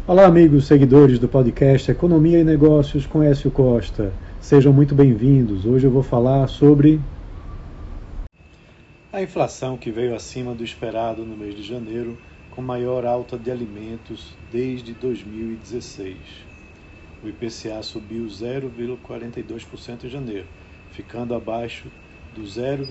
Olá, amigos seguidores do podcast Economia e Negócios com Écio Costa. Sejam muito bem-vindos. Hoje eu vou falar sobre a inflação que veio acima do esperado no mês de janeiro, com maior alta de alimentos desde 2016. O IPCA subiu 0,42% em janeiro, ficando abaixo do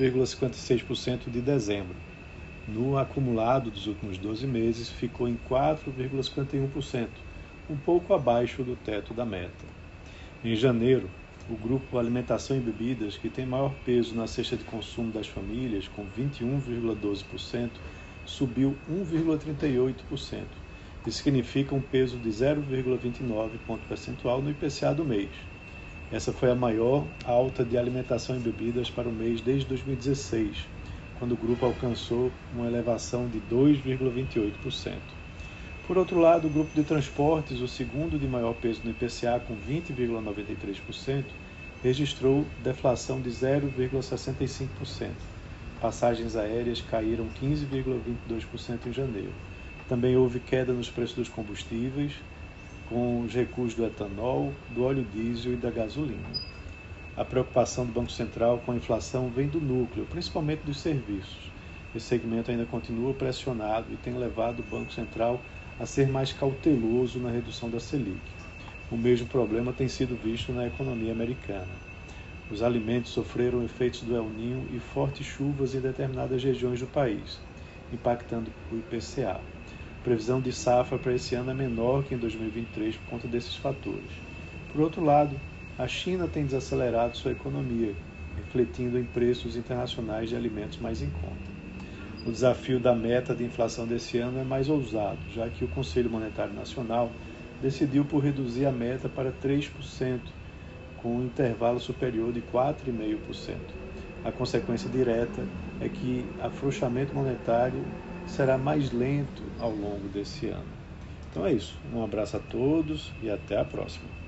0,56% de dezembro. No acumulado dos últimos 12 meses, ficou em 4,51%, um pouco abaixo do teto da meta. Em janeiro, o grupo Alimentação e Bebidas, que tem maior peso na cesta de consumo das famílias, com 21,12%, subiu 1,38%. Isso significa um peso de 0,29 ponto percentual no IPCA do mês. Essa foi a maior alta de alimentação e bebidas para o mês desde 2016, quando o grupo alcançou uma elevação de 2,28%. Por outro lado, o grupo de transportes, o segundo de maior peso no IPCA, com 20,93%, registrou deflação de 0,65%. Passagens aéreas caíram 15,22% em janeiro. Também houve queda nos preços dos combustíveis, com os recuos do etanol, do óleo diesel e da gasolina. A preocupação do Banco Central com a inflação vem do núcleo, principalmente dos serviços. Esse segmento ainda continua pressionado e tem levado o Banco Central a ser mais cauteloso na redução da Selic. O mesmo problema tem sido visto na economia americana. Os alimentos sofreram efeitos do El Niño e fortes chuvas em determinadas regiões do país, impactando o IPCA. A previsão de safra para esse ano é menor que em 2023 por conta desses fatores. Por outro lado, a China tem desacelerado sua economia, refletindo em preços internacionais de alimentos mais em conta. O desafio da meta de inflação desse ano é mais ousado, já que o Conselho Monetário Nacional decidiu por reduzir a meta para 3%, com um intervalo superior de 4,5%. A consequência direta é que o afrouxamento monetário será mais lento ao longo desse ano. Então é isso. Um abraço a todos e até a próxima.